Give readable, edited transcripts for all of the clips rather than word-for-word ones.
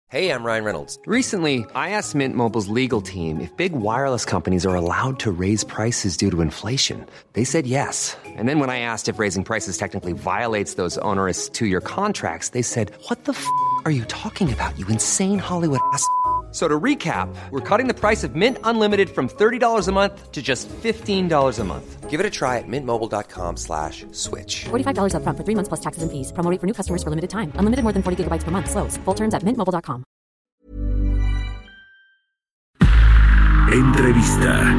Hey, I'm Ryan Reynolds. Recently, I asked Mint Mobile's legal team if big wireless companies are allowed to raise prices due to inflation. They said yes. And then when I asked if raising prices technically violates those onerous two-year contracts, they said, "What the f*** are you talking about, you insane Hollywood ass?" So to recap, we're cutting the price of Mint Unlimited from $30 a month to just $15 a month. Give it a try at mintmobile.com/switch. $45 up front for 3 months plus taxes and fees. Promo rate for new customers for limited time. Unlimited more than 40 gigabytes per month. Slows full terms at mintmobile.com. Entrevista.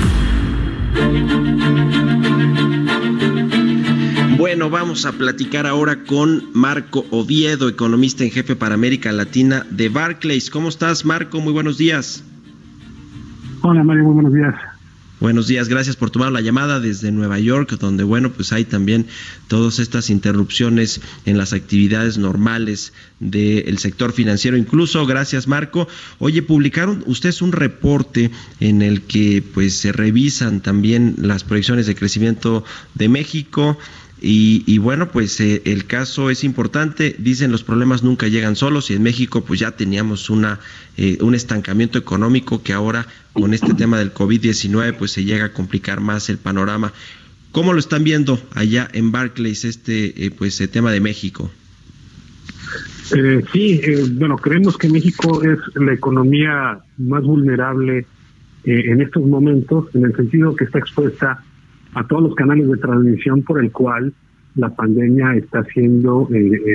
Bueno, vamos a platicar ahora con Marco Oviedo, economista en jefe para América Latina de Barclays. ¿Cómo estás, Marco? Muy buenos días. Hola, Mario, muy buenos días. Buenos días, gracias por tomar la llamada desde Nueva York, donde, bueno, pues hay también todas estas interrupciones en las actividades normales del sector financiero incluso. Gracias, Marco. Oye, publicaron ustedes un reporte en el que pues se revisan también las proyecciones de crecimiento de México. Y bueno, pues el caso es importante. Dicen, los problemas nunca llegan solos, y en México pues ya teníamos un estancamiento económico que ahora con este tema del COVID-19 pues se llega a complicar más el panorama. ¿Cómo lo están viendo allá en Barclays este tema de México? Bueno, creemos que México es la economía más vulnerable en estos momentos, en el sentido que está expuesta a todos los canales de transmisión por el cual la pandemia está haciendo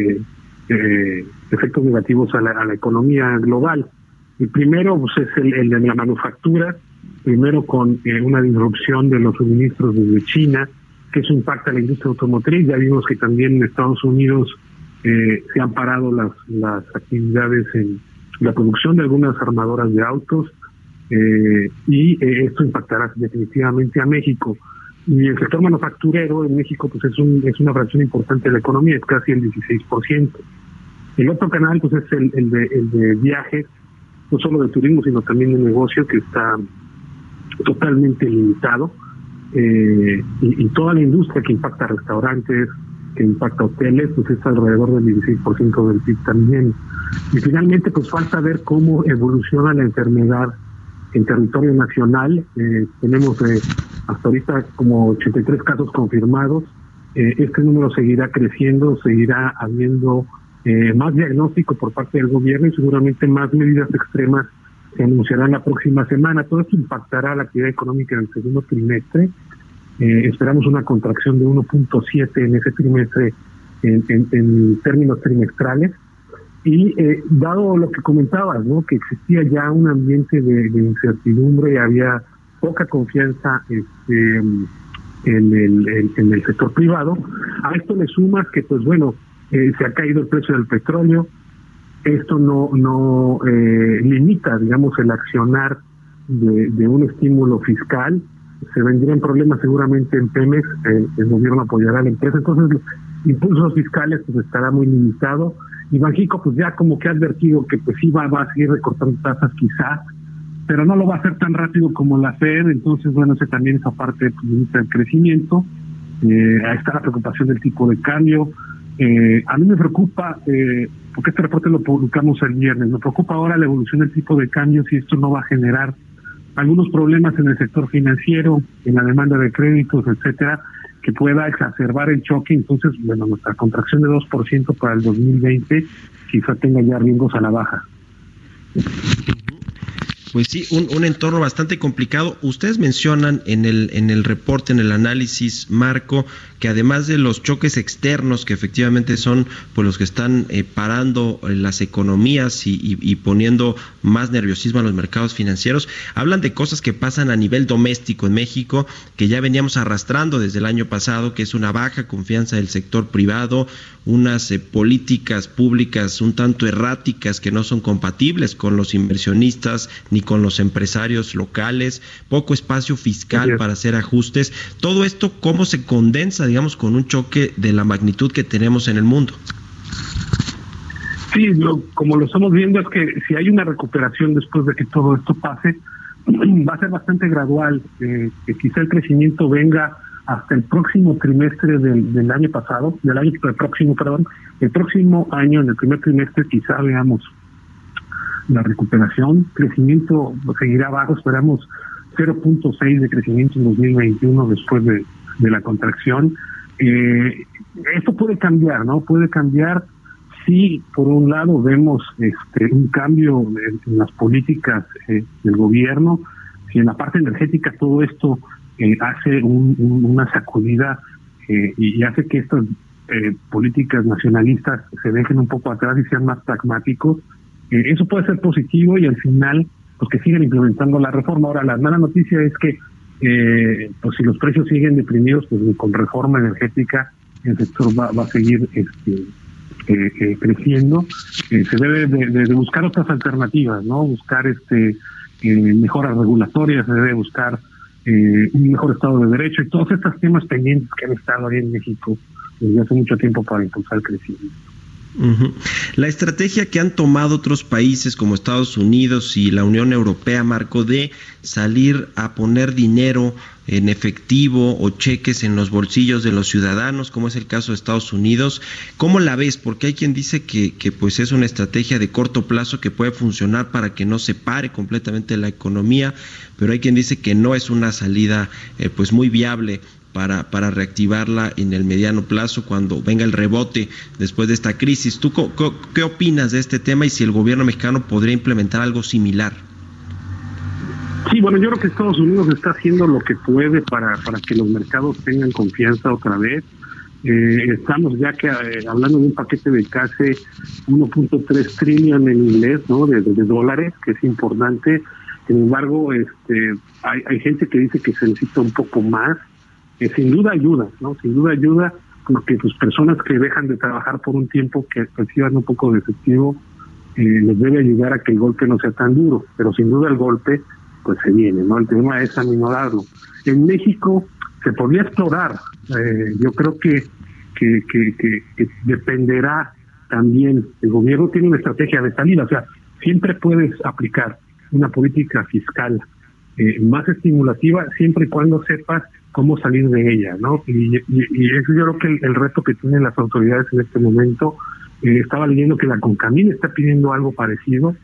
efectos negativos a la economía global. El primero pues, es el de la manufactura, primero con una disrupción de los suministros desde China, que eso impacta a la industria automotriz. Ya vimos que también en Estados Unidos se han parado las actividades en la producción de algunas armadoras de autos, y esto impactará definitivamente a México. Y el sector manufacturero en México pues es una fracción importante de la economía, es casi el 16%. El otro canal pues es el de viajes, no solo de turismo sino también de negocio, que está totalmente limitado, y toda la industria que impacta a restaurantes, que impacta a hoteles, pues es alrededor del 16% del PIB también. Y finalmente pues falta ver cómo evoluciona la enfermedad en territorio nacional. Tenemos hasta ahorita como 83 casos confirmados. Este número seguirá creciendo, seguirá habiendo más diagnóstico por parte del gobierno y seguramente más medidas extremas se anunciarán la próxima semana. Todo esto impactará la actividad económica en el segundo trimestre. Esperamos una contracción de 1.7 en ese trimestre en términos trimestrales. Y dado lo que comentabas, ¿no?, que existía ya un ambiente de incertidumbre, había poca confianza en el sector privado. A esto le sumas que, pues bueno, se ha caído el precio del petróleo. Esto no limita, digamos, el accionar de un estímulo fiscal. Se vendrían problemas seguramente en Pemex. El gobierno apoyará a la empresa. Entonces, los impulsos fiscales pues estará muy limitado. Y Banxico pues ya como que ha advertido que pues sí va a seguir recortando tasas quizás, pero no lo va a hacer tan rápido como la Fed. Entonces, bueno, ese también esa parte pues, limita el crecimiento. Ahí está la preocupación del tipo de cambio. A mí me preocupa, porque este reporte lo publicamos el viernes, me preocupa ahora la evolución del tipo de cambio, si esto no va a generar algunos problemas en el sector financiero, en la demanda de créditos, etcétera, que pueda exacerbar el choque. Entonces, bueno, nuestra contracción de 2% para el 2020 quizá tenga ya riesgos a la baja. Pues sí, un entorno bastante complicado. Ustedes mencionan en el reporte, en el análisis, Marco, que además de los choques externos, que efectivamente son pues los que están parando las economías y poniendo más nerviosismo a los mercados financieros, hablan de cosas que pasan a nivel doméstico en México, que ya veníamos arrastrando desde el año pasado, que es una baja confianza del sector privado, unas políticas públicas un tanto erráticas que no son compatibles con los inversionistas ni con los empresarios locales, poco espacio fiscal para hacer ajustes. Todo esto, ¿cómo se condensa, digamos, con un choque de la magnitud que tenemos en el mundo? Sí, como lo estamos viendo es que si hay una recuperación después de que todo esto pase, va a ser bastante gradual, que quizá el crecimiento venga hasta el próximo trimestre del año pasado, el próximo año, en el primer trimestre quizá veamos la recuperación. Crecimiento seguirá bajo, esperamos 0.6 de crecimiento en 2021 después de la contracción. Esto puede cambiar, ¿no? Puede cambiar si por un lado vemos un cambio en las políticas del gobierno, si en la parte energética todo esto hace una sacudida y hace que estas políticas nacionalistas se dejen un poco atrás y sean más pragmáticos, eso puede ser positivo y al final pues que sigan implementando la reforma. Ahora, la mala noticia es que pues si los precios siguen deprimidos, pues con reforma energética el sector va a seguir creciendo. Se debe de buscar otras alternativas, ¿no? Buscar mejoras regulatorias, se debe buscar un mejor Estado de Derecho y todos estos temas pendientes que han estado ahí en México desde hace mucho tiempo para impulsar el crecimiento. Uh-huh. La estrategia que han tomado otros países como Estados Unidos y la Unión Europea, Marco, de salir a poner dinero en efectivo o cheques en los bolsillos de los ciudadanos, como es el caso de Estados Unidos, ¿cómo la ves? Porque hay quien dice que pues es una estrategia de corto plazo que puede funcionar para que no se pare completamente la economía, pero hay quien dice que no es una salida pues muy viable para reactivarla en el mediano plazo cuando venga el rebote después de esta crisis. ¿Tú qué opinas de este tema y si el gobierno mexicano podría implementar algo similar? Sí, bueno, yo creo que Estados Unidos está haciendo lo que puede para que los mercados tengan confianza otra vez. Estamos ya que hablando de un paquete de casi 1.3 trillion en inglés, ¿no? de dólares, que es importante. Sin embargo, hay gente que dice que se necesita un poco más. Sin duda ayuda, ¿no? Sin duda ayuda porque pues personas que dejan de trabajar por un tiempo que reciban un poco de efectivo les debe ayudar a que el golpe no sea tan duro, pero sin duda el golpe pues se viene, ¿no? El tema es aminorarlo. En México se podría explorar, yo creo que dependerá también, el gobierno tiene una estrategia de salida, o sea, siempre puedes aplicar una política fiscal más estimulativa siempre y cuando sepas cómo salir de ella, ¿no? Y eso yo creo que el reto que tienen las autoridades en este momento. Estaba leyendo que la CONCAMIN está pidiendo algo parecido.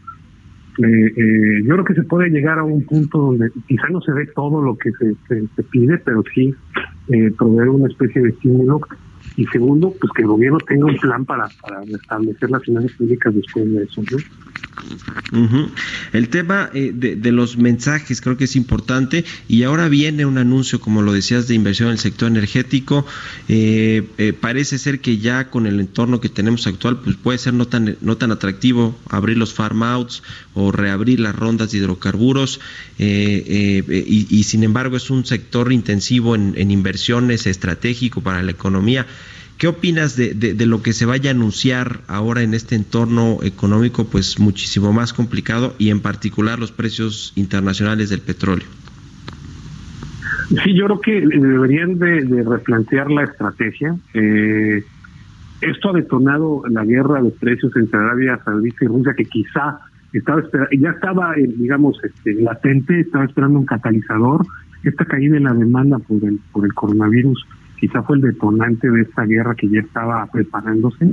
Yo creo que se puede llegar a un punto donde quizá no se ve todo lo que se pide, pero sí proveer una especie de estímulo. Y segundo, pues que el gobierno tenga un plan para restablecer las finanzas públicas después de eso, ¿no? Uh-huh. El tema de los mensajes creo que es importante y ahora viene un anuncio, como lo decías, de inversión en el sector energético. Parece ser que ya con el entorno que tenemos actual pues puede ser no tan atractivo abrir los farm outs o reabrir las rondas de hidrocarburos y sin embargo es un sector intensivo en inversiones, estratégico para la economía. ¿Qué opinas de lo que se vaya a anunciar ahora en este entorno económico pues muchísimo más complicado y en particular los precios internacionales del petróleo? Sí, yo creo que deberían de replantear la estrategia. Esto ha detonado la guerra de precios entre Arabia Saudita y Rusia, que quizá ya estaba, latente, estaba esperando un catalizador. Esta caída en la demanda por el coronavirus quizá fue el detonante de esta guerra que ya estaba preparándose.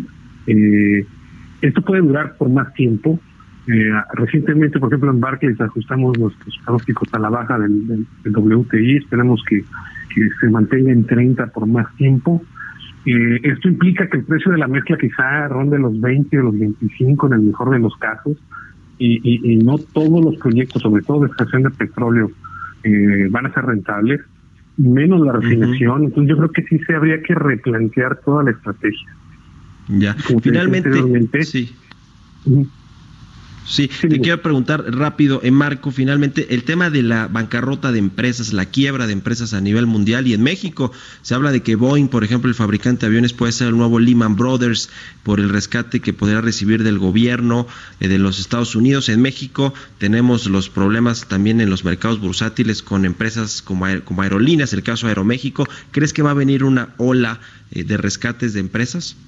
Esto puede durar por más tiempo. Recientemente, por ejemplo, en Barclays ajustamos nuestros pronósticos a la baja del WTI. Esperamos que se mantenga en 30 por más tiempo. Esto implica que el precio de la mezcla quizá ronde los 20 o los 25 en el mejor de los casos. Y no todos los proyectos, sobre todo de extracción de petróleo, van a ser rentables, menos la refinación. Uh-huh. Entonces yo creo que sí se habría que replantear toda la estrategia. Ya, como finalmente, sí. Uh-huh. Sí, te quiero preguntar rápido, Marco, finalmente, el tema de la bancarrota de empresas, la quiebra de empresas a nivel mundial y en México, se habla de que Boeing, por ejemplo, el fabricante de aviones, puede ser el nuevo Lehman Brothers por el rescate que podría recibir del gobierno de los Estados Unidos. En México tenemos los problemas también en los mercados bursátiles con empresas como aerolíneas, el caso de Aeroméxico. ¿Crees que va a venir una ola de rescates de empresas?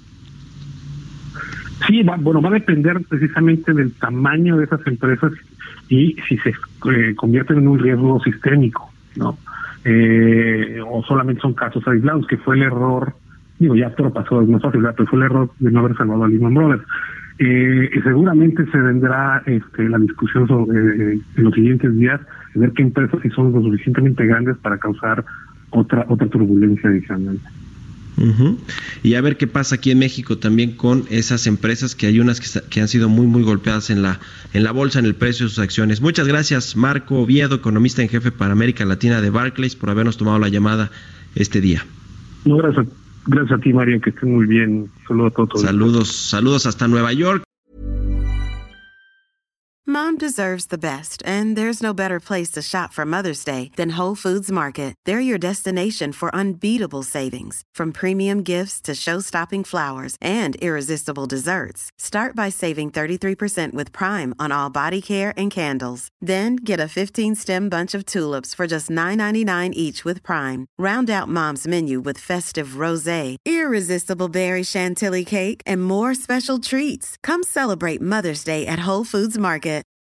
Sí, va a depender precisamente del tamaño de esas empresas y si se convierten en un riesgo sistémico, ¿no? O solamente son casos aislados, que fue el error, ya todo pasó, es más fácil, pero fue el error de no haber salvado a Lehman Brothers. Seguramente se vendrá la discusión sobre, en los siguientes días, de ver qué empresas sí son lo suficientemente grandes para causar otra turbulencia adicional. Y a ver qué pasa aquí en México también con esas empresas, que hay unas que han sido muy golpeadas en la bolsa, en el precio de sus acciones. Muchas gracias, Marco Oviedo, economista en jefe para América Latina de Barclays, por habernos tomado la llamada este día. No, gracias a ti, Mario, que estén muy bien. Saludos a todos. Saludos hasta Nueva York. Mom deserves the best, and there's no better place to shop for Mother's Day than Whole Foods Market. They're your destination for unbeatable savings, from premium gifts to show-stopping flowers and irresistible desserts. Start by saving 33% with Prime on all body care and candles. Then get a 15-stem bunch of tulips for just $9.99 each with Prime. Round out Mom's menu with festive rosé, irresistible berry chantilly cake, and more special treats. Come celebrate Mother's Day at Whole Foods Market.